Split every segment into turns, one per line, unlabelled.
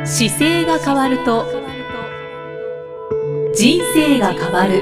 姿勢が変わると人生が変わる。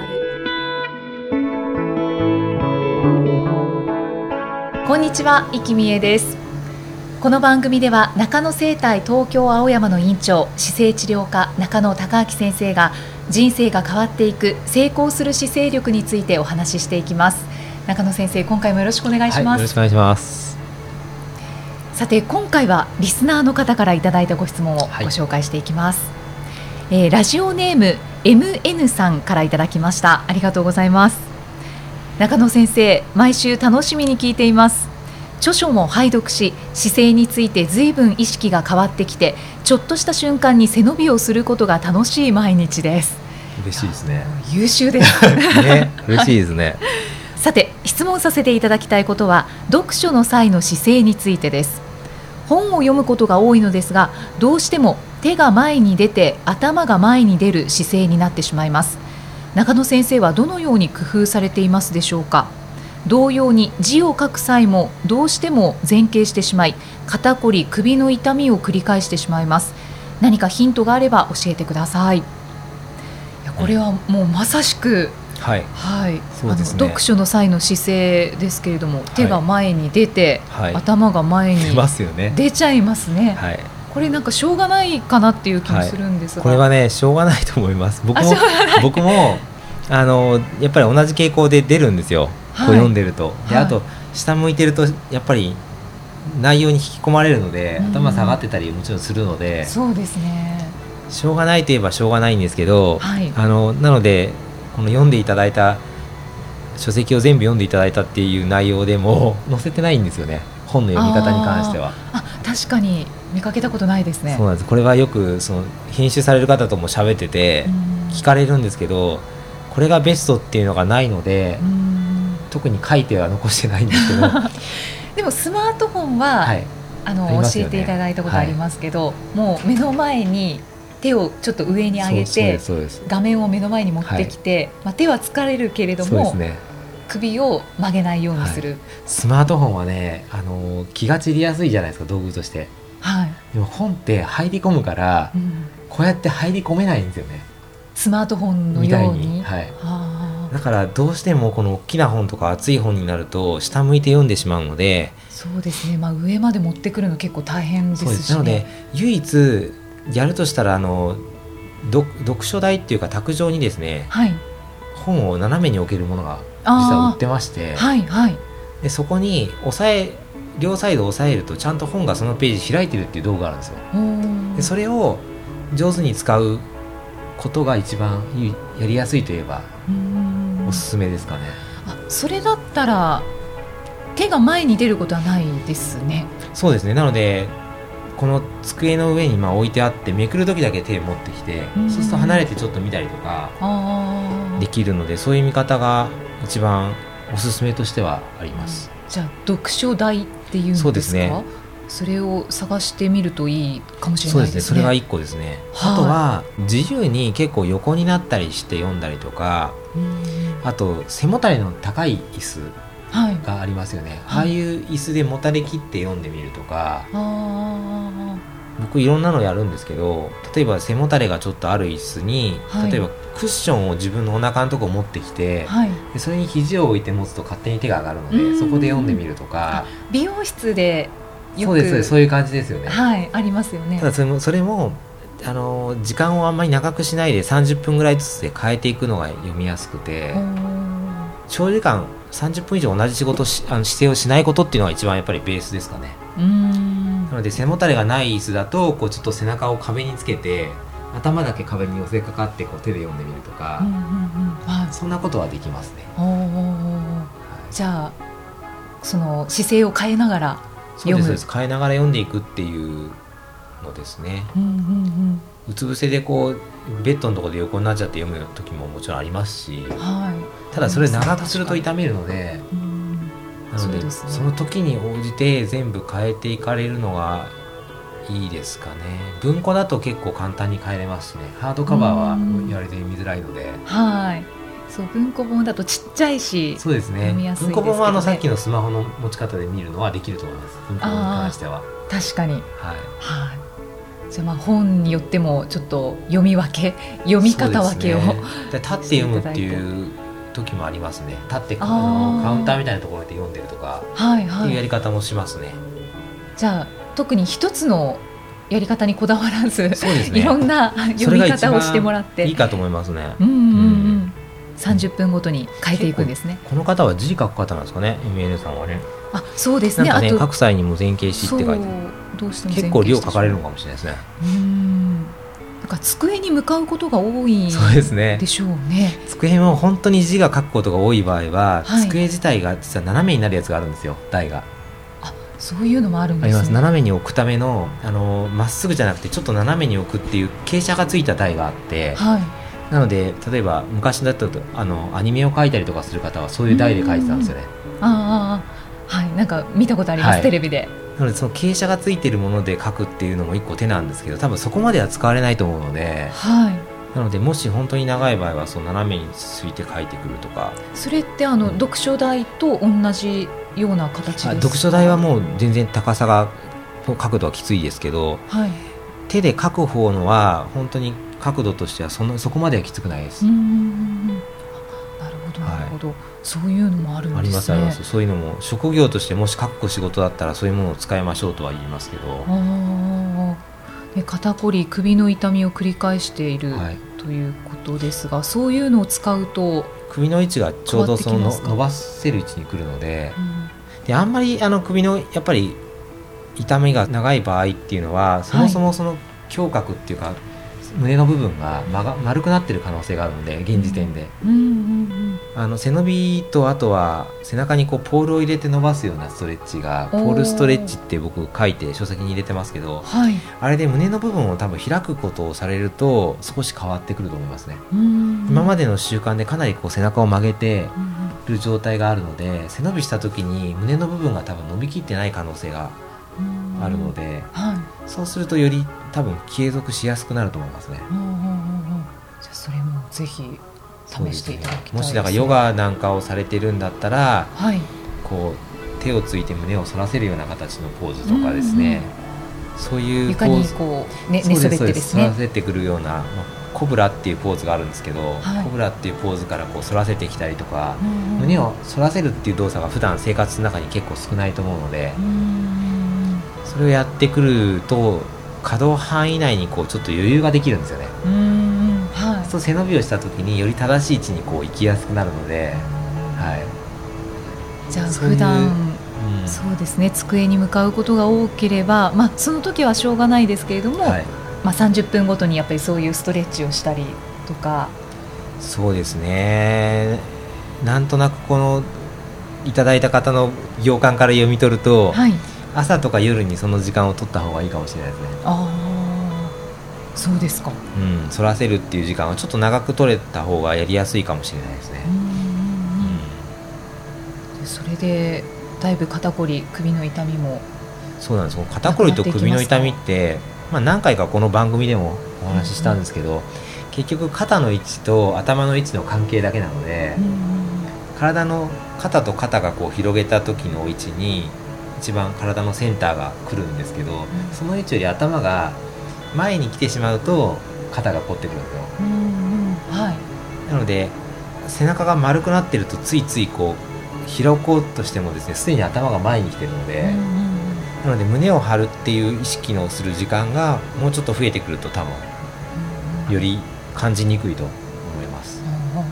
こんにちは、生きみえです。この番組では中野生態東京青山の院長、姿勢治療科中野孝明先生が人生が変わっていく成功する姿勢力についてお話ししていきます。中野先生、今回もよろしくお願いします。
はい、よろしくお願いします。
さて、今回はリスナーの方からいただいたご質問をご紹介していきます。ラジオネーム MN さんからいただきました。ありがとうございます。中野先生、毎週楽しみに聞いています。著書も拝読し、姿勢について随分意識が変わってきて、ちょっとした瞬間に背伸びをすることが楽しい毎日です。
嬉しいですね。
優秀です
ね、嬉しいですね。
さて、質問させていただきたいことは読書の際の姿勢についてです。本を読むことが多いのですが、どうしても手が前に出て頭が前に出る姿勢になってしまいます。中野先生はどのように工夫されていますでしょうか。同様に字を書く際もどうしても前傾してしまい、肩こり、首の痛みを繰り返してしまいます。何かヒントがあれば教えてください。いや、これはもうまさしく、はいはい、そうですね、読書の際の姿勢ですけれども、手が前に出て、はい、頭が前に出ちゃいますね。はい、これなんかしょうがないかなっていう気もするんですが、
これはね、しょうがないと思います。僕もやっぱり同じ傾向で出るんですよ、こう読んでると。で、あと下向いてるとやっぱり内容に引き込まれるので、頭下がってたりもちろんするので、
そうですね、
しょうがないといえばしょうがないんですけど、はい、なのでこの読んでいただいた書籍を全部読んでいただいたっていう内容でも載せてないんですよね、本の読み方に関しては。
確かに見かけたことないですね。
そうなんです。これはよくその編集される方とも喋ってて聞かれるんですけど、これがベストっていうのがないので、特に書いては残してないんですけど
でもスマートフォンは、はい、教えていただいたことありますけど、はい、もう目の前に手をちょっと上に上げて画面を目の前に持ってきて、はい、手は疲れるけれども、ね、首を曲げないようにする、はい、
スマートフォンはね、気が散りやすいじゃないですか、道具として、はい、でも本って入り込むから、こうやって入り込めないんですよね、
スマートフォンのように。
はい、だからどうしてもこの大きな本とか厚い本になると下向いて読んでしまうので。
そうですね、上まで持ってくるの結構大変ですし、ね、そうです。
なので唯一やるとしたら読書台っていうか卓上にですね、はい、本を斜めに置けるものが実は売ってまして、はいはい、でそこに両サイド押さえるとちゃんと本がそのページ開いてるっていう道具があるんですよ。でそれを上手に使うことが一番やりやすいといえばおすすめですかね。
それだったら手が前に出ることはないですね。
そうですね。なのでこの机の上に置いてあって、めくる時だけ手を持ってきて、そうすると離れてちょっと見たりとかできるので、そういう見方が一番おすすめとしてはあります。
じゃあ読書台っていうんですか。そうですね。それを探してみるといいかもしれないですね。
そうですね、それが1個ですね。あとは自由に結構横になったりして読んだりとか、あと背もたれの高い椅子がありますよね、はい、ああいう椅子でもたれ切って読んでみるとか、僕いろんなのやるんですけど、例えば背もたれがちょっとある椅子に、はい、例えばクッションを自分のお腹のところ持ってきて、はい、でそれに肘を置いて持つと勝手に手が上がるので、そこで読んでみるとか。
美容室でよく
そういう感じですよね。
はい、ありますよね。
ただそれも時間をあんまり長くしないで30分ぐらいずつで変えていくのが読みやすくて、長時間30分以上同じ姿勢をしないことっていうのが一番やっぱりベースですかね。なので背もたれがない椅子だとちょっと背中を壁につけて頭だけ壁に寄せかかって手で読んでみるとか、そんなことはできますね。
じゃあその姿勢を変えながら読む。
そうです。変えながら読んでいくっていうのですね。うつ伏せでベッドのところで横になっちゃって読む時ももちろんありますし、はい、ただそれ長くすると痛めるので、なので その時に応じて全部変えていかれるのがいいですかね。文庫だと結構簡単に変えれますしね。ハードカバーは言われて見づらいので、
はい、そう、文庫本だとちっちゃいし、
そうですね、読みやすいですけどね。文庫本はさっきのスマホの持ち方で見るのはできると思います。文庫本に関しては
確かに、はい、 じゃあ本によってもちょっと読み方分けを、
で立って読むっていう時もありますね。立ってカウンターみたいなところで読んでるとか、っていうやり方もしますね。
じゃあ特に一つのやり方にこだわらず、いろんな読み方をしてもらって
いいかと思いますね。
30分ごとに変えていくんですね。
この方は字書く方なんですかね、MN さんはね。
そうですね。
なんかね、書く際にも前傾詞って書いて結構量書かれるのかもしれないですね。
なんか机に向かうことが多いでしょうね。
机も本当に字が書くことが多い場合は、机自体が実は斜めになるやつがあるんですよ、台が。
そういうのもあるんですね。
あります。斜めに置くためのまっすぐじゃなくてちょっと斜めに置くっていう傾斜がついた台があって、なので例えば昔だったとアニメを描いたりとかする方はそういう台で描いてたんですよね。
なんか見たことあります、テレビで。
なのでその傾斜がついているもので描くっていうのも一個手なんですけど、多分そこまでは使われないと思うので、なのでもし本当に長い場合はその斜めについて描いてくるとか。
それって読書台と同じような形ですか？
読書台はもう全然高さが角度はきついですけど、手で描く方のは本当に角度としてはそこまではきつくないです。
なるほどなるほど、そういうのもあるんですね。
あります。そういうのも職業としてもし書く仕事だったらそういうものを使いましょうとは言いますけど。
肩こり、首の痛みを繰り返している、ということですが、そういうのを使うと
首の位置がちょうどその伸ばせる位置に来るので、であんまり首のやっぱり痛みが長い場合っていうのはそもそもその胸郭っていうか、胸の部分が丸くなってる可能性があるので、現時点で、背伸びとあとは背中にこうポールを入れて伸ばすようなストレッチがポールストレッチって僕書いて書籍に入れてますけど、あれで胸の部分を多分開くことをされると少し変わってくると思いますね。今までの習慣でかなりこう背中を曲げてる状態があるので、背伸びした時に胸の部分が多分伸びきってない可能性があるので、そうするとより多分継続しやすくなると思いますね。
じゃあそれもぜひ試していただきたいですね。
もしだからヨガなんかをされてるんだったら、こう手をついて胸を反らせるような形のポーズとかですね、そういうポーズ、
床にこう寝そべってですね、
反らせてくるような、コブラっていうポーズがあるんですけど、コブラっていうポーズからこう反らせてきたりとか、胸を反らせるっていう動作が普段生活の中に結構少ないと思うので、それをやってくると可動範囲内にこうちょっと余裕ができるんですよね。そう背伸びをした時により正しい位置にこう行きやすくなるので、
じゃあ普段そうですね、机に向かうことが多ければ、その時はしょうがないですけれども、30分ごとにやっぱりそういうストレッチをしたりとか。
そうですね、なんとなくこのいただいた方の行間から読み取ると、朝とか夜にその時間を取った方がいいかもしれないですね。
そうですか。
反らせるっていう時間はちょっと長く取れた方がやりやすいかもしれないですね。
それでだいぶ肩こり、首の痛みも。
そうなんです。肩こりと首の痛みって、何回かこの番組でもお話ししたんですけど、結局肩の位置と頭の位置の関係だけなので、体の肩と肩がこう広げた時の位置に一番体のセンターが来るんですけど、その位置より頭が前に来てしまうと肩が凝ってくるんですよ。なので背中が丸くなってるとついついこう開こうとしてもですね、すでに頭が前に来てるので、なので胸を張るっていう意識のする時間がもうちょっと増えてくると多分より感じにくいと思います。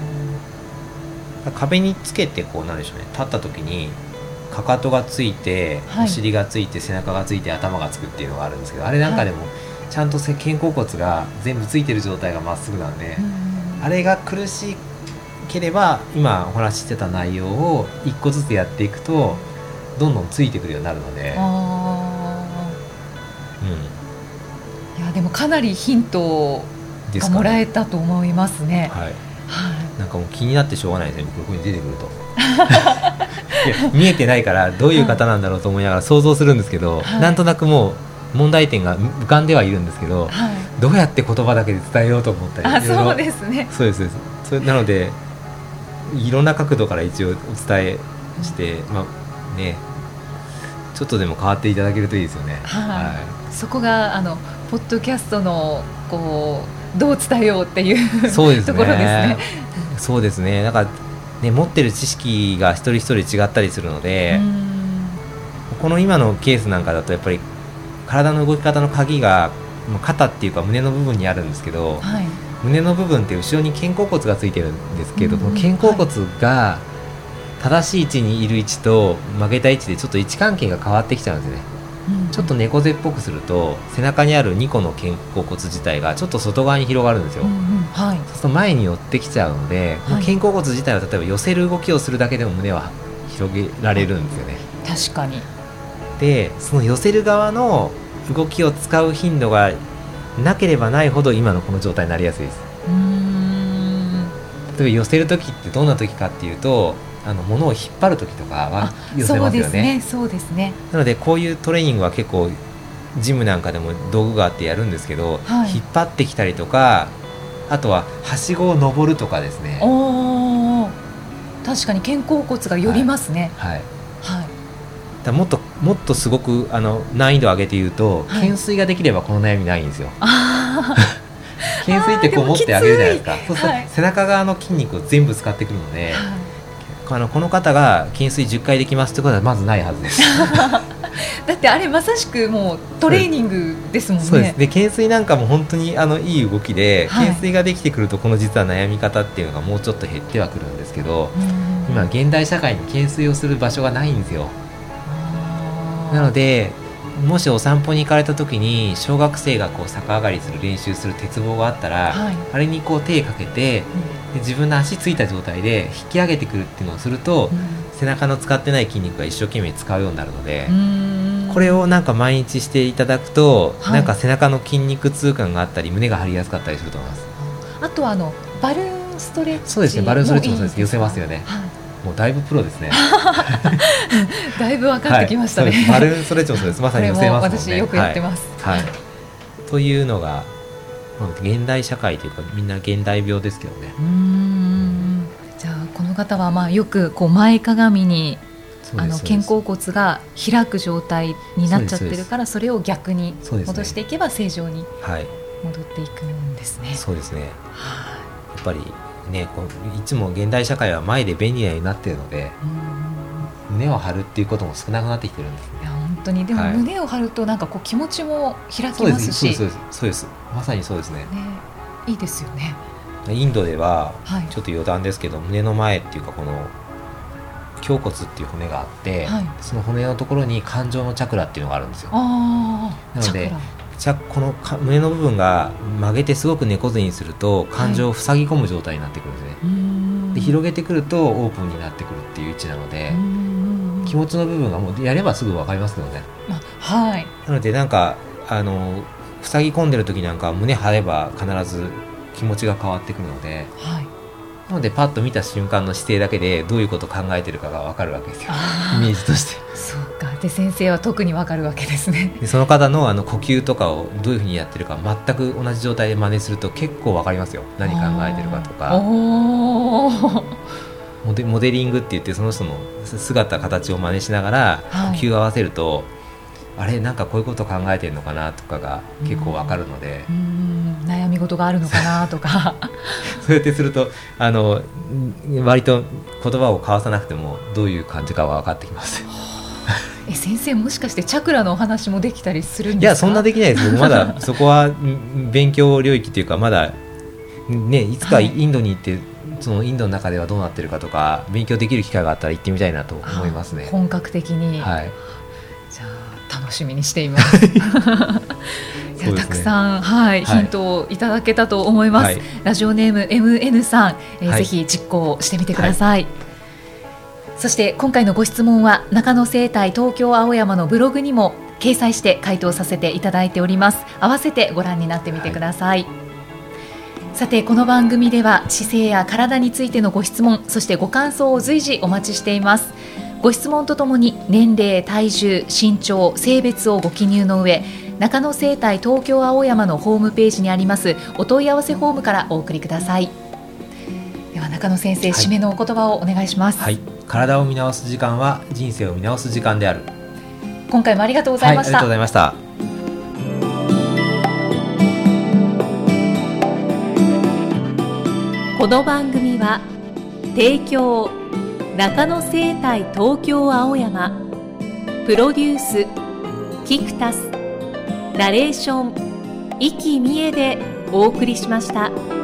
壁につけてこうなんでしょうね、立った時にかかとがついて、お尻がついて背中がついて頭がつくっていうのがあるんですけど、あれなんかでもちゃんと肩甲骨が全部ついてる状態がまっすぐなんで、あれが苦しければ今お話ししてた内容を一個ずつやっていくとどんどんついてくるようになるので、
いやでもかなりヒントがもらえたと思いますね。
なんかもう気になってしょうがないですね、僕ここに出てくるといや見えてないからどういう方なんだろうと思いながら想像するんですけど、なんとなくもう問題点が浮かんではいるんですけど、どうやって言葉だけで伝えようと思ったり、
そうですね、
そうですそれなのでいろんな角度から一応お伝えして、ちょっとでも変わっていただけるといいですよね。
そこがポッドキャストのこうどう伝えようっていう
そうですね
ところですね。
そうですね。なんかね、持ってる知識が一人一人違ったりするので、この今のケースなんかだとやっぱり体の動き方の鍵が肩っていうか胸の部分にあるんですけど、はい、胸の部分って後ろに肩甲骨がついてるんですけど、肩甲骨が正しい位置にいる位置と曲げた位置でちょっと位置関係が変わってきちゃうんですね。ちょっと猫背っぽくすると背中にある2個の肩甲骨自体がちょっと外側に広がるんですよ、はい、そうすると前に寄ってきちゃうので、はい、肩甲骨自体は例えば寄せる動きをするだけでも胸は広げられるんですよね。
確かに。で
その寄せる側の動きを使う頻度がなければないほど今のこの状態になりやすいです。例えば寄せる時ってどんな時かっていうと物を引っ張る時とかは寄せますよね。
そうですね。
なのでこういうトレーニングは結構ジムなんかでも道具があってやるんですけど、はい、引っ張ってきたりとか、あとははしごを登るとかですね。
確かに肩甲骨が寄りますね。
はい、はいはい、だもっとすごく難易度を上げて言うと、はい、懸垂ができればこの悩みないんですよ。懸垂ってこう持ってあげるじゃないですか。そうすると背中側の筋肉を全部使ってくるので、この方が懸垂10回できますってことはまずないはずです
だってあれまさしくもうトレーニングですもんね。
そうです。で懸垂なんかも本当にいい動きで、はい、懸垂ができてくるとこの実は悩み方っていうのがもうちょっと減ってはくるんですけど、今現代社会に懸垂をする場所がないんですよ。なのでもしお散歩に行かれた時に小学生がこう逆上がりする練習する鉄棒があったら、はい、あれにこう手かけて、で自分の足ついた状態で引き上げてくるっていうのをすると、背中の使ってない筋肉が一生懸命使うようになるので、これをなんか毎日していただくと、はい、なんか背中の筋肉痛感があったり胸が張りやすかったりすると思います。
あとはバルーンストレッチ。
そうですね、バルーンストレッチもそうです。寄せますよね。はい、もうだいぶプロですね
だいぶ分かってきましたね、
はい、バルーンストレッチもそうです。まさに寄せますもんね。
私よくやってます、
はいはい、というのが現代社会というかみんな現代病ですけどね。
じゃあこの方はよくこう前かがみに肩甲骨が開く状態になっちゃってるから、それを逆に戻していけば正常に戻っていくんですね。
そうですね、やっぱりね、いつも現代社会は前で便利なようになっているので、胸を張るっていうことも少なくなってきてるんですね。
いや本当に。でも胸を張るとなんかこう気持ちも開きますし、
そうです、まさにそうですね。
いいですよね。
インドではちょっと余談ですけど、胸の前っていうかこの胸骨っていう骨があって、その骨のところに感情のチャクラっていうのがあるんですよ。なのでこの胸の部分が曲げてすごく猫背にすると感情を塞ぎ込む状態になってくるんですね。で広げてくるとオープンになってくるっていう位置なので、気持ちの部分がもうやればすぐ分かりますけどね。
はい。
なのでなんか塞ぎ込んでる時なんか胸張れば必ず気持ちが変わってくるので、なのでパッと見た瞬間の姿勢だけでどういうことを考えてるかが分かるわけですよ、イメージとして。
そうか。で先生は特に分かるわけですね。
でその方の呼吸とかをどういうふうにやってるか全く同じ状態で真似すると結構分かりますよ。何考えてるかとか。モデリングって言ってその人の姿形を真似しながら呼吸を合わせると、あれなんかこういうこと考えてるのかなとかが結構分かるので、
悩み事があるのかなとか
そうやってすると割と言葉を交わさなくてもどういう感じかは分かってきます
先生もしかしてチャクラのお話もできたりするんですか？
いやそんなできないです。まだそこは勉強領域というかまだ、ね、いつかインドに行って、そのインドの中ではどうなってるかとか勉強できる機会があったら行ってみたいなと思いますね。
本格的に、
はい、
じゃあ楽しみにしていますたくさん、ヒントをいただけたと思います、ラジオネーム MN さん、ぜひ実行してみてください、そして今回のご質問は中野生態東京青山のブログにも掲載して回答させていただいております。合わせてご覧になってみてください、さてこの番組では姿勢や体についてのご質問、そしてご感想を随時お待ちしています。ご質問とともに年齢、体重、身長、性別をご記入の上、中野生態東京青山のホームページにありますお問い合わせフォームからお送りください。では中野先生、締めのお言葉をお願いします。
体を見直す時間は人生を見直す時間である。
今回もありがとうございました。
ありがとうございました。
この番組は提供中野生態東京青山、プロデュースキクタス、ナレーション生きみえでお送りしました。